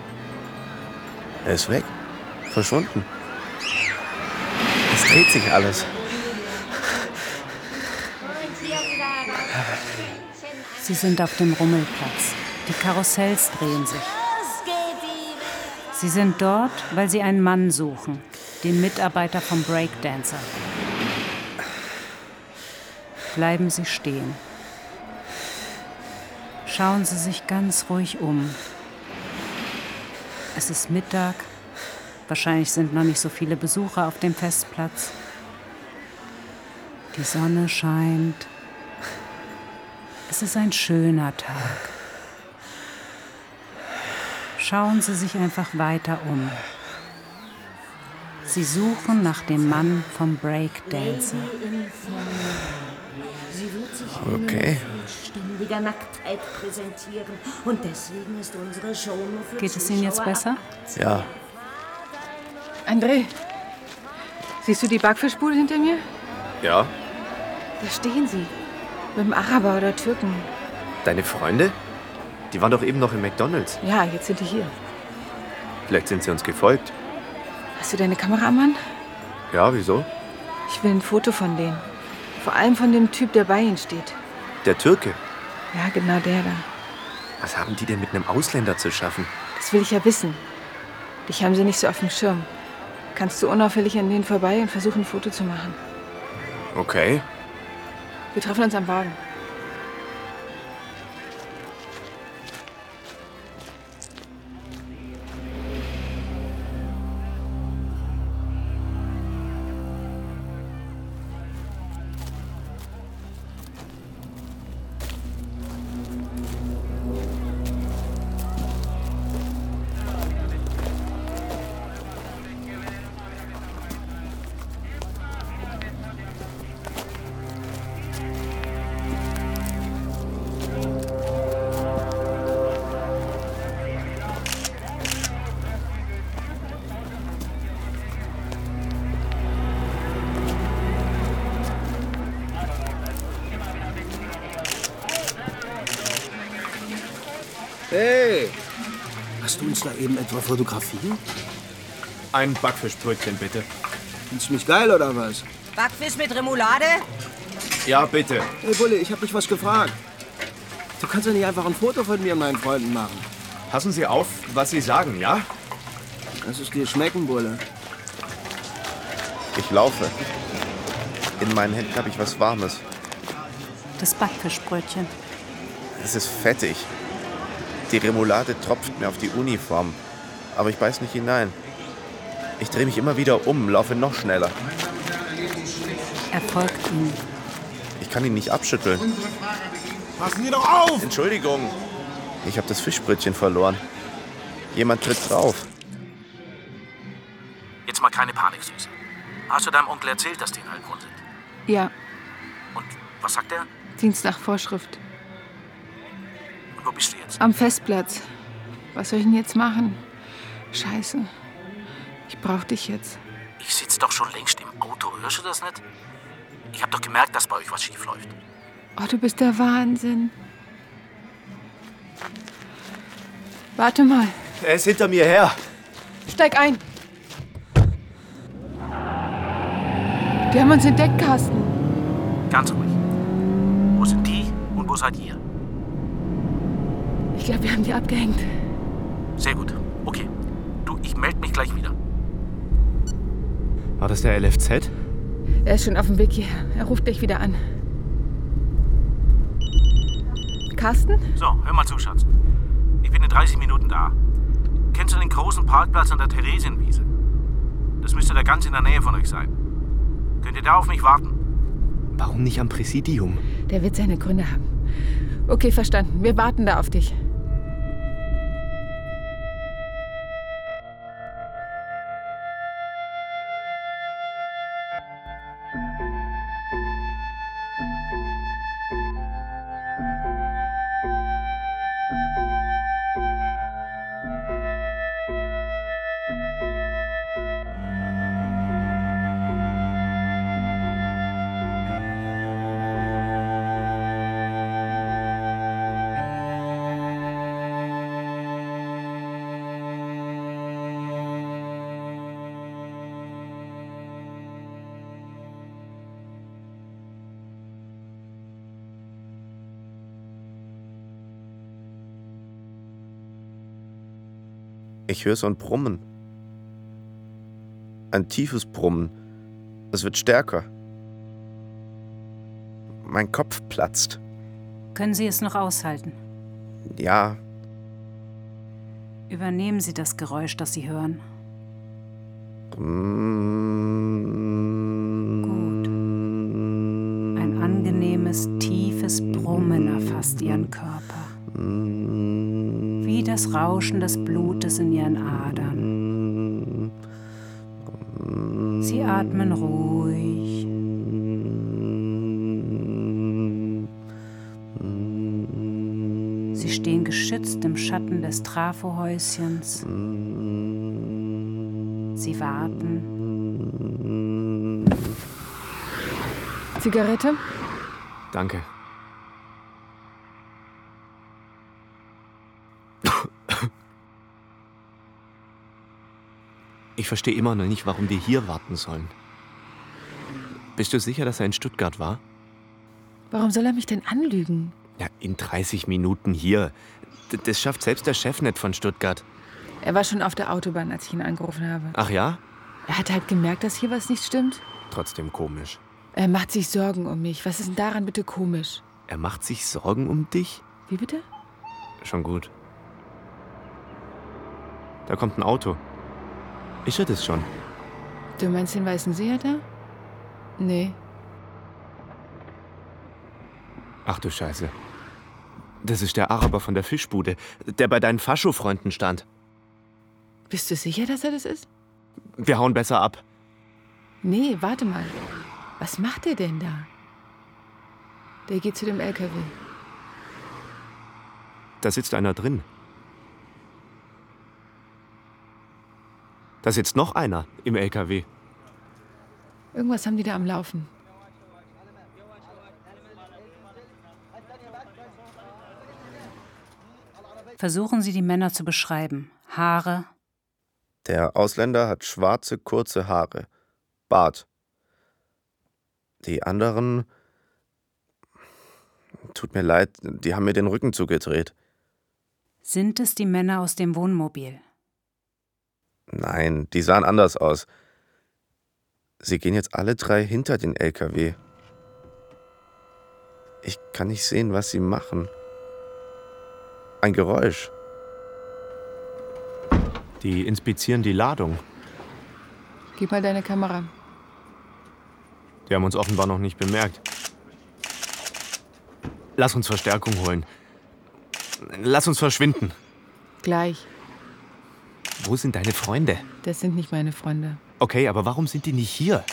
Er ist weg. Verschwunden. Es dreht sich alles. Sie sind auf dem Rummelplatz. Die Karussells drehen sich. Sie sind dort, weil Sie einen Mann suchen. Den Mitarbeiter vom Breakdancer. Bleiben Sie stehen. Schauen Sie sich ganz ruhig um. Es ist Mittag. Wahrscheinlich sind noch nicht so viele Besucher auf dem Festplatz. Die Sonne scheint. Es ist ein schöner Tag. Schauen Sie sich einfach weiter um. Sie suchen nach dem Mann vom Breakdancer. Sie wird sich Okay. in ständiger Nacktheit präsentieren. Und deswegen ist unsere Show nur für Geht es Ihnen jetzt besser? Ja. André, siehst du die Backfischbude hinter mir? Ja? Da stehen sie. Mit dem Araber oder Türken. Deine Freunde? Die waren doch eben noch im McDonald's. Ja, jetzt sind die hier. Vielleicht sind sie uns gefolgt. Hast du deine Kamera am Mann? Ja, wieso? Ich will ein Foto von denen. Vor allem von dem Typ, der bei ihnen steht. Der Türke. Ja, genau der da. Was haben die denn mit einem Ausländer zu schaffen? Das will ich ja wissen. Dich haben sie nicht so auf dem Schirm. Kannst du unauffällig an denen vorbei und versuchen, ein Foto zu machen. Okay. Wir treffen uns am Wagen. uns da eben etwa fotografieren? Ein Backfischbrötchen, bitte. Findest du mich geil oder was? Backfisch mit Remoulade? Ja, bitte. Hey Bulle, ich hab dich was gefragt. Du kannst ja nicht einfach ein Foto von mir und meinen Freunden machen. Passen Sie auf, was Sie sagen, ja? Lass es dir schmecken, Bulle. Ich laufe. In meinen Händen habe ich was Warmes. Das Backfischbrötchen. Es ist fettig. Die Remoulade tropft mir auf die Uniform. Aber ich beiß nicht hinein. Ich drehe mich immer wieder um, laufe noch schneller. Er folgt ihm. Ich kann ihn nicht abschütteln. Passen Sie doch auf! Entschuldigung. Ich habe das Fischbrötchen verloren. Jemand tritt drauf. Jetzt mal keine Panik, Süße. Hast du deinem Onkel erzählt, dass die in Heilbronn sind? Ja, Und was sagt er? Dienst nach Vorschrift. Und wo bist du jetzt? Am Festplatz. Was soll ich denn jetzt machen? Scheiße. Ich brauch dich jetzt. Ich sitze doch schon längst im Auto. Hörst du das nicht? Ich habe doch gemerkt, dass bei euch was schief läuft. Oh, du bist der Wahnsinn. Warte mal. Er ist hinter mir her. Steig ein. Die haben uns entdeckt, Carsten. Ganz ruhig. Wo sind die und wo seid ihr? Ich glaube, wir haben die abgehängt. Sehr gut. Okay. Du, ich melde mich gleich wieder. War das der LFZ? Er ist schon auf dem Weg hierher. Er ruft gleich wieder an. Carsten? So, hör mal zu, Schatz. Ich bin in 30 Minuten da. Kennst du den großen Parkplatz an der Theresienwiese? Das müsste da ganz in der Nähe von euch sein. Könnt ihr da auf mich warten? Warum nicht am Präsidium? Der wird seine Gründe haben. Okay, verstanden. Wir warten da auf dich. Ich höre so ein Brummen. Ein tiefes Brummen. Es wird stärker. Mein Kopf platzt. Können Sie es noch aushalten? Ja, Übernehmen Sie das Geräusch, das Sie hören. Gut. Ein angenehmes, tiefes Brummen erfasst Ihren Körper. Wie das Rauschen des Blutes in Ihren Adern. Sie atmen ruhig. Sie stehen geschützt im Schatten des Trafohäuschens. Sie warten. Zigarette? Danke. Ich verstehe immer noch nicht, warum wir hier warten sollen. Bist du sicher, dass er in Stuttgart war? Warum soll er mich denn anlügen? Ja, in 30 Minuten hier. Das schafft selbst der Chef nicht von Stuttgart. Er war schon auf der Autobahn, als ich ihn angerufen habe. Ach ja? Er hat halt gemerkt, dass hier was nicht stimmt. Trotzdem komisch. Er macht sich Sorgen um mich. Was ist denn daran bitte komisch? Er macht sich Sorgen um dich? Wie bitte? Schon gut. Da kommt ein Auto. Ist er das schon? Du meinst den weißen Seher da? Nee. Ach du Scheiße. Das ist der Araber von der Fischbude, der bei deinen Fascho-Freunden stand. Bist du sicher, dass er das ist? Wir hauen besser ab. Nee, warte mal. Was macht der denn da? Der geht zu dem LKW. Da sitzt einer drin. Da sitzt noch einer im LKW. Irgendwas haben die da am Laufen. Versuchen Sie, die Männer zu beschreiben. Haare? Der Ausländer hat schwarze, kurze Haare. Bart. Die anderen... Tut mir leid, die haben mir den Rücken zugedreht. Sind es die Männer aus dem Wohnmobil? Nein, die sahen anders aus. Sie gehen jetzt alle 3 hinter den LKW. Ich kann nicht sehen, was sie machen. Ein Geräusch. Die inspizieren die Ladung. Gib mal deine Kamera. Die haben uns offenbar noch nicht bemerkt. Lass uns Verstärkung holen. Lass uns verschwinden. Gleich. Wo sind deine Freunde? Das sind nicht meine Freunde. Okay, aber warum sind die nicht hier?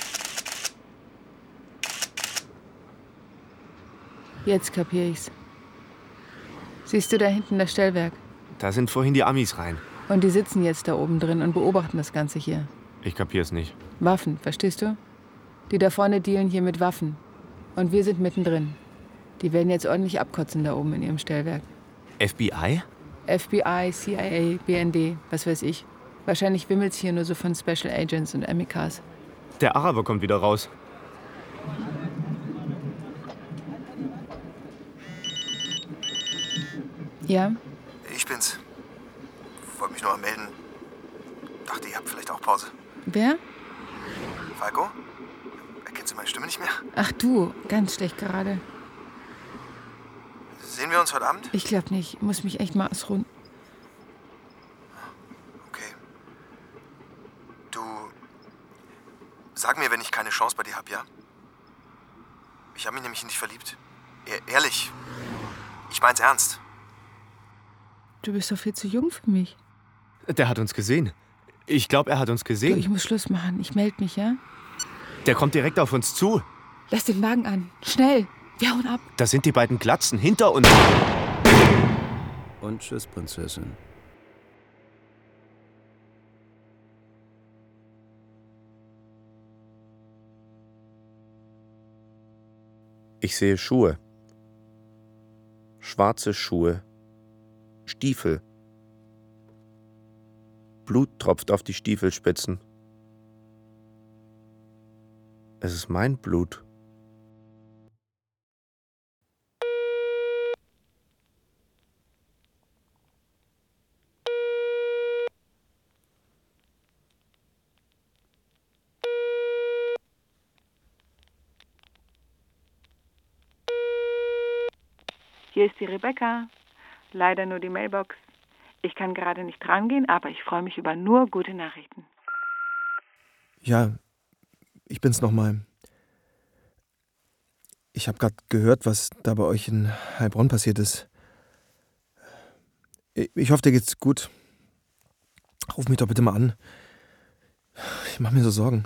Jetzt kapier ich's. Siehst du da hinten das Stellwerk? Da sind vorhin die Amis rein. Und die sitzen jetzt da oben drin und beobachten das Ganze hier. Ich kapier's nicht. Waffen, verstehst du? Die da vorne dealen hier mit Waffen. Und wir sind mittendrin. Die werden jetzt ordentlich abkotzen da oben in ihrem Stellwerk. FBI? FBI, CIA, BND, was weiß ich. Wahrscheinlich wimmelt's hier nur so von Special Agents und MIKs. Der Araber kommt wieder raus. Ja? Ich bin's. Wollte mich nur mal melden. Dachte, ihr habt vielleicht auch Pause. Wer? Falco? Erkennst du meine Stimme nicht mehr? Ach du, ganz schlecht gerade. Sehen wir uns heute Abend? Ich glaub nicht. Ich muss mich echt mal ausruhen. Okay. Du... Sag mir, wenn ich keine Chance bei dir hab, ja? Ich habe mich nämlich in dich verliebt. Ehrlich. Ich mein's ernst. Du bist doch viel zu jung für mich. Der hat uns gesehen. Ich glaube, er hat uns gesehen. Du, ich muss Schluss machen. Ich melde mich, ja? Der kommt direkt auf uns zu. Lass den Wagen an. Schnell. Wir hauen ab. Das sind die beiden Glatzen hinter uns. Und tschüss, Prinzessin. Ich sehe Schuhe. Schwarze Schuhe. Stiefel. Blut tropft auf die Stiefelspitzen. Es ist mein Blut. Hier ist die Rebecca. Leider nur die Mailbox. Ich kann gerade nicht rangehen, aber ich freue mich über nur gute Nachrichten. Ja, ich bin's nochmal. Ich habe gerade gehört, was da bei euch in Heilbronn passiert ist. Ich hoffe, dir geht's gut. Ruf mich doch bitte mal an. Ich mache mir so Sorgen.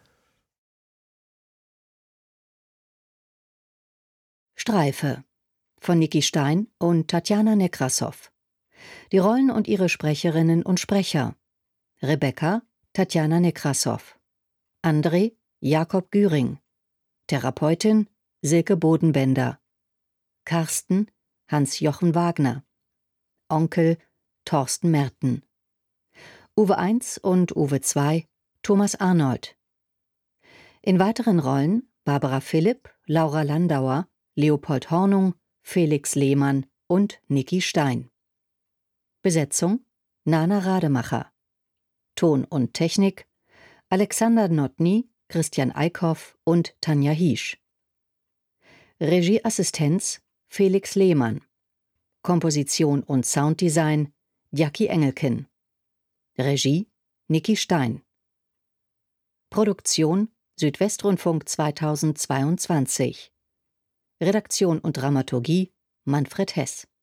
Streife von Niki Stein und Tatjana Nekrassow. Die Rollen und ihre Sprecherinnen und Sprecher: Rebecca, Tatjana Nekrassow. André, Jakob Güring. Therapeutin, Silke Bodenbender. Carsten, Hans-Jochen Wagner. Onkel, Thorsten Merten. Uwe 1 und Uwe 2, Thomas Arnold. In weiteren Rollen Barbara Philipp, Laura Landauer, Leopold Hornung, Felix Lehmann und Niki Stein. Besetzung: Nana Rademacher. Ton und Technik: Alexander Notny, Christian Eickhoff und Tanja Hiesch. Regieassistenz: Felix Lehmann. Komposition und Sounddesign: Jackie Engelken. Regie: Niki Stein. Produktion: Südwestrundfunk 2022. Redaktion und Dramaturgie: Manfred Hess.